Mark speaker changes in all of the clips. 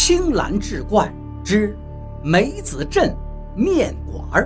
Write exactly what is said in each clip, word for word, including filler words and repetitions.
Speaker 1: 青蓝志怪之梅子镇面馆。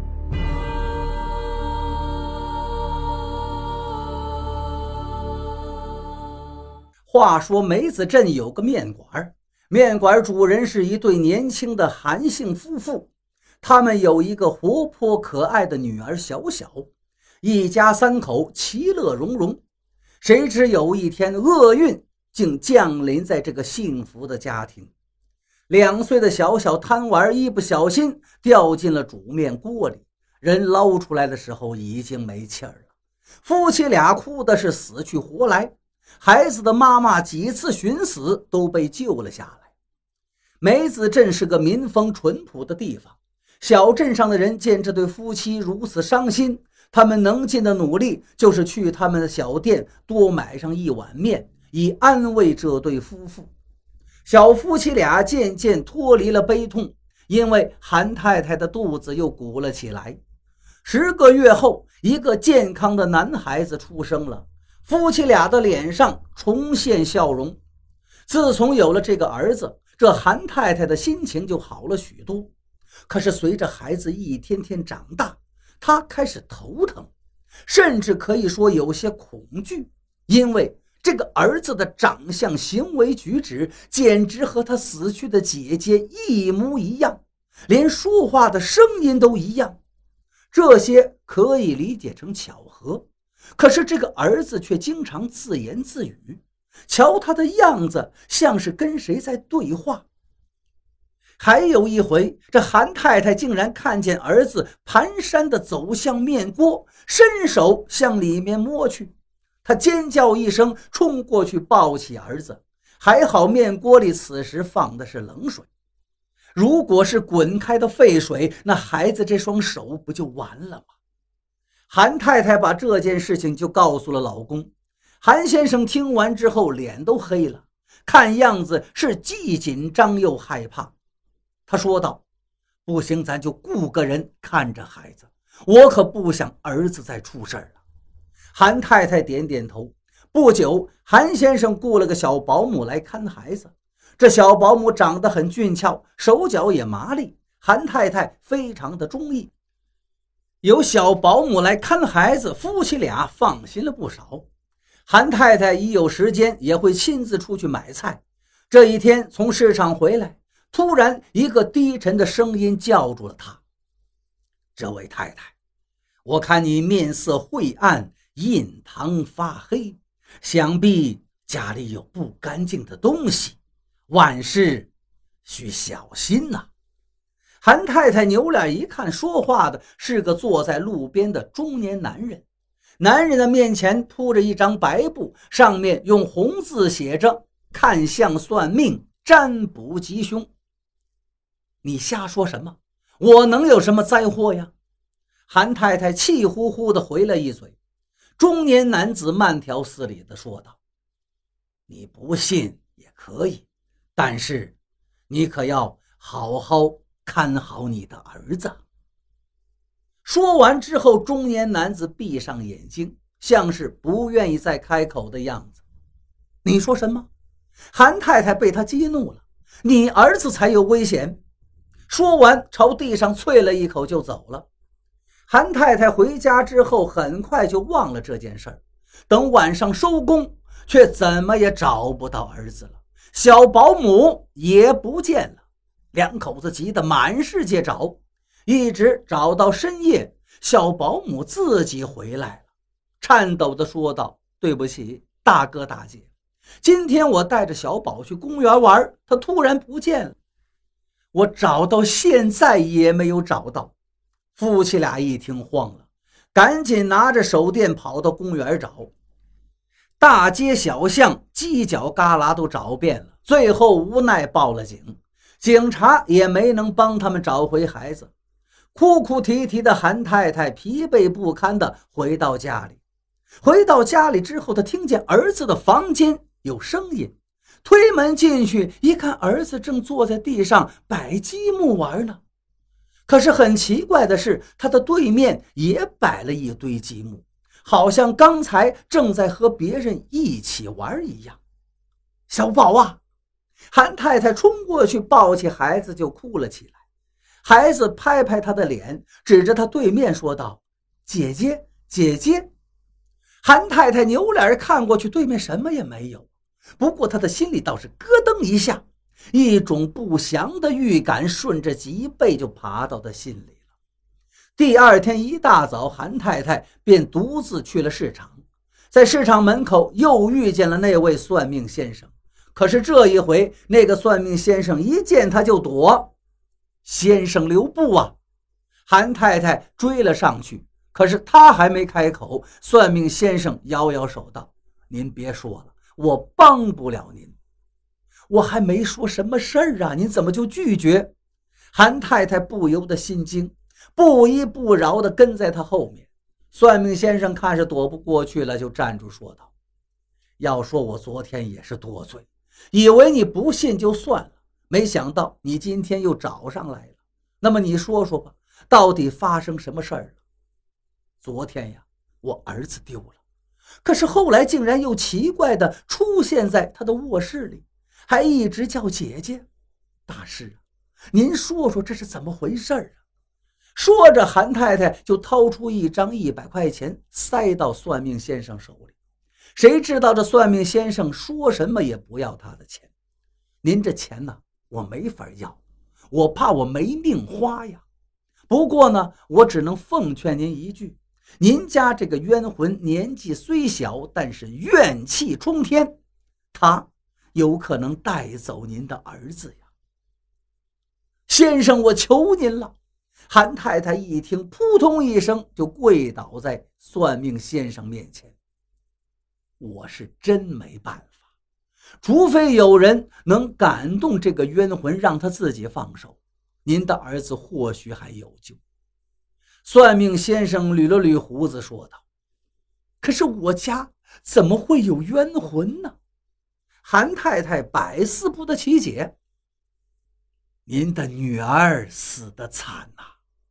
Speaker 1: 话说梅子镇有个面馆，面馆主人是一对年轻的韩姓夫妇，他们有一个活泼可爱的女儿小小，一家三口其乐融融。谁知有一天厄运竟降临在这个幸福的家庭。两岁的小小贪玩，一不小心掉进了煮面锅里，人捞出来的时候已经没气儿了。夫妻俩哭的是死去活来，孩子的妈妈几次寻死都被救了下来。梅子镇是个民风淳朴的地方，小镇上的人见这对夫妻如此伤心，他们能尽的努力就是去他们的小店多买上一碗面，以安慰这对夫妇。小夫妻俩渐渐脱离了悲痛，因为韩太太的肚子又鼓了起来。十个月后，一个健康的男孩子出生了，夫妻俩的脸上重现笑容。自从有了这个儿子，这韩太太的心情就好了许多。可是随着孩子一天天长大，她开始头疼，甚至可以说有些恐惧，因为这个儿子的长相行为举止简直和他死去的姐姐一模一样，连说话的声音都一样。这些可以理解成巧合，可是这个儿子却经常自言自语，瞧他的样子像是跟谁在对话。还有一回，这韩太太竟然看见儿子蹒跚地走向面锅，伸手向里面摸去。她尖叫一声，冲过去抱起儿子，还好面锅里此时放的是冷水，如果是滚开的沸水，那孩子这双手不就完了吗？韩太太把这件事情就告诉了老公。韩先生听完之后脸都黑了，看样子是既紧张又害怕。他说道：不行，咱就雇个人看着孩子，我可不想儿子再出事了。韩太太点点头。不久，韩先生雇了个小保姆来看孩子。这小保姆长得很俊俏，手脚也麻利，韩太太非常的中意。有小保姆来看孩子，夫妻俩放心了不少。韩太太一有时间也会亲自出去买菜。这一天从市场回来，突然一个低沉的声音叫住了她：这位太太，我看你面色晦暗，印堂发黑，想必家里有不干净的东西，万事需小心呐、啊。韩太太扭脸一看，说话的是个坐在路边的中年男人。男人的面前铺着一张白布，上面用红字写着看相算命，占卜吉凶。你瞎说什么？我能有什么灾祸呀？韩太太气呼呼地回了一嘴。中年男子慢条斯理地说道：你不信也可以，但是你可要好好看好你的儿子。说完之后，中年男子闭上眼睛，像是不愿意再开口的样子。你说什么？韩太太被他激怒了。你儿子才有危险。说完朝地上啐了一口就走了。韩太太回家之后很快就忘了这件事儿，等晚上收工却怎么也找不到儿子了，小保姆也不见了。两口子急得满世界找，一直找到深夜，小保姆自己回来了，颤抖地说道：对不起大哥大姐，今天我带着小宝去公园玩，他突然不见了，我找到现在也没有找到。夫妻俩一听慌了，赶紧拿着手电跑到公园找，大街小巷犄角旮旯都找遍了，最后无奈报了警，警察也没能帮他们找回孩子。哭哭啼啼的韩太太疲惫不堪地回到家里。回到家里之后，她听见儿子的房间有声音，推门进去一看，儿子正坐在地上摆积木玩呢。可是很奇怪的是，他的对面也摆了一堆积木，好像刚才正在和别人一起玩一样。小宝啊， 韩太太冲过去抱起孩子就哭了起来。孩子拍拍她的脸，指着她对面说道：姐姐，姐姐。韩太太扭脸看过去，对面什么也没有。不过她的心里倒是咯噔一下，一种不祥的预感顺着脊背就爬到她心里了。第二天一大早，韩太太便独自去了市场，在市场门口又遇见了那位算命先生。可是这一回，那个算命先生一见他就躲。先生留步啊！韩太太追了上去，可是他还没开口，算命先生摇摇手道：您别说了，我帮不了您。我还没说什么事儿啊，您怎么就拒绝？韩太太不由得心惊，不依不饶地跟在他后面。算命先生看是躲不过去了，就站住说道：要说我昨天也是多嘴，以为你不信就算了，没想到你今天又找上来了。那么你说说吧，到底发生什么事儿了？昨天呀，我儿子丢了，可是后来竟然又奇怪地出现在他的卧室里，还一直叫姐姐。大师啊，您说说这是怎么回事啊？说着，韩太太就掏出一张一百块钱塞到算命先生手里。谁知道这算命先生说什么也不要他的钱。您这钱呢，我没法要，我怕我没命花呀。不过呢，我只能奉劝您一句，您家这个冤魂年纪虽小，但是怨气冲天，他有可能带走您的儿子呀。先生，我求您了。韩太太一听，扑通一声就跪倒在算命先生面前。我是真没办法，除非有人能感动这个冤魂，让他自己放手，您的儿子或许还有救。算命先生捋了捋胡子说道：可是我家怎么会有冤魂呢？韩太太百思不得其解。您的女儿死得惨呐、啊。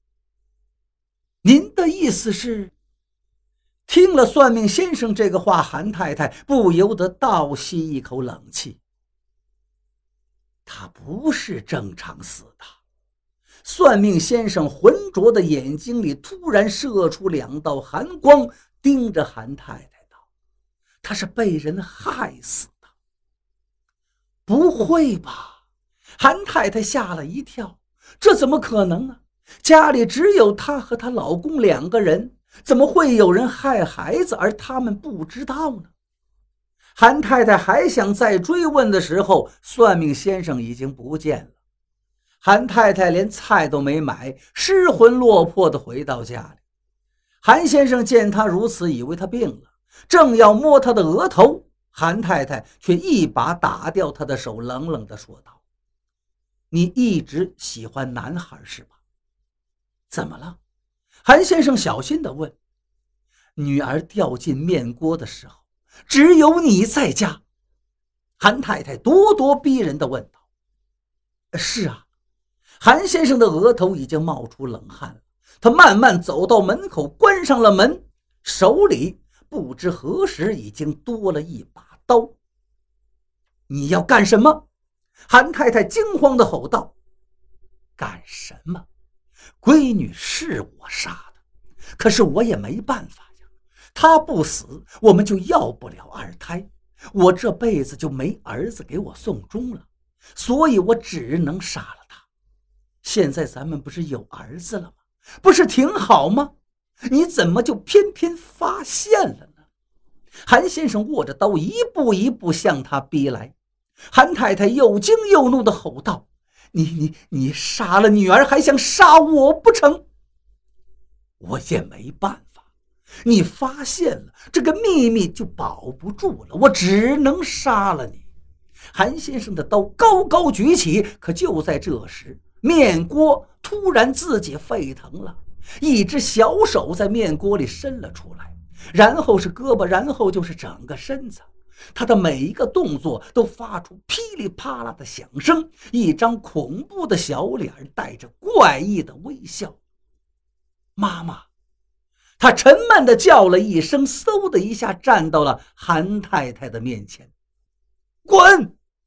Speaker 1: 您的意思是？听了算命先生这个话，韩太太不由得倒吸一口冷气。他不是正常死的。算命先生浑浊的眼睛里突然射出两道寒光，盯着韩太太道：他是被人害死的。不会吧？韩太太吓了一跳，这怎么可能啊？家里只有她和她老公两个人，怎么会有人害孩子而他们不知道呢？韩太太还想再追问的时候，算命先生已经不见了。韩太太连菜都没买，失魂落魄地回到家里。韩先生见她如此，以为她病了，正要摸她的额头，韩太太却一把打掉她的手，冷冷地说道：你一直喜欢男孩是吧？怎么了？韩先生小心地问。女儿掉进面锅的时候，只有你在家。韩太太咄咄逼人地问道。是啊。韩先生的额头已经冒出冷汗了，他慢慢走到门口，关上了门，手里不知何时已经多了一把刀。你要干什么？韩太太惊慌地吼道。干什么？闺女是我杀的，可是我也没办法呀。她不死，我们就要不了二胎，我这辈子就没儿子给我送终了，所以我只能杀了她。现在咱们不是有儿子了吗？不是挺好吗？你怎么就偏偏发现了呢？韩先生握着刀一步一步向他逼来。韩太太又惊又怒地吼道：你你你杀了女儿，还想杀我不成？我也没办法，你发现了这个秘密就保不住了，我只能杀了你。韩先生的刀高高举起，可就在这时，面锅突然自己沸腾了，一只小手在面锅里伸了出来，然后是胳膊，然后就是整个身子。他的每一个动作都发出噼里啪啦的响声，一张恐怖的小脸带着怪异的微笑。妈妈！他沉闷地叫了一声，嗖的一下站到了韩太太的面前。滚！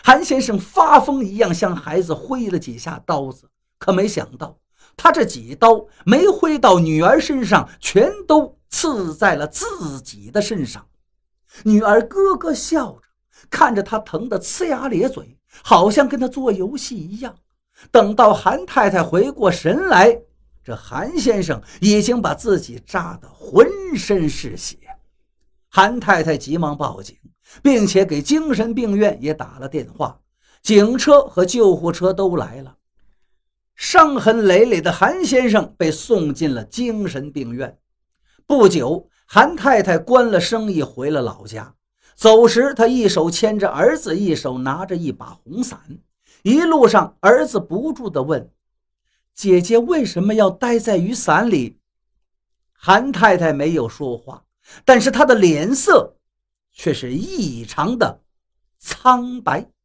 Speaker 1: 韩先生发疯一样向孩子挥了几下刀子，可没想到他这几刀没挥到女儿身上，全都刺在了自己的身上。女儿咯咯笑着，看着他疼得呲牙咧嘴，好像跟他做游戏一样。等到韩太太回过神来，这韩先生已经把自己扎得浑身是血。韩太太急忙报警，并且给精神病院也打了电话，警车和救护车都来了。伤痕累累的韩先生被送进了精神病院。不久，韩太太关了生意回了老家。走时，她一手牵着儿子，一手拿着一把红伞。一路上，儿子不住地问：姐姐为什么要待在雨伞里？韩太太没有说话，但是她的脸色却是异常的苍白。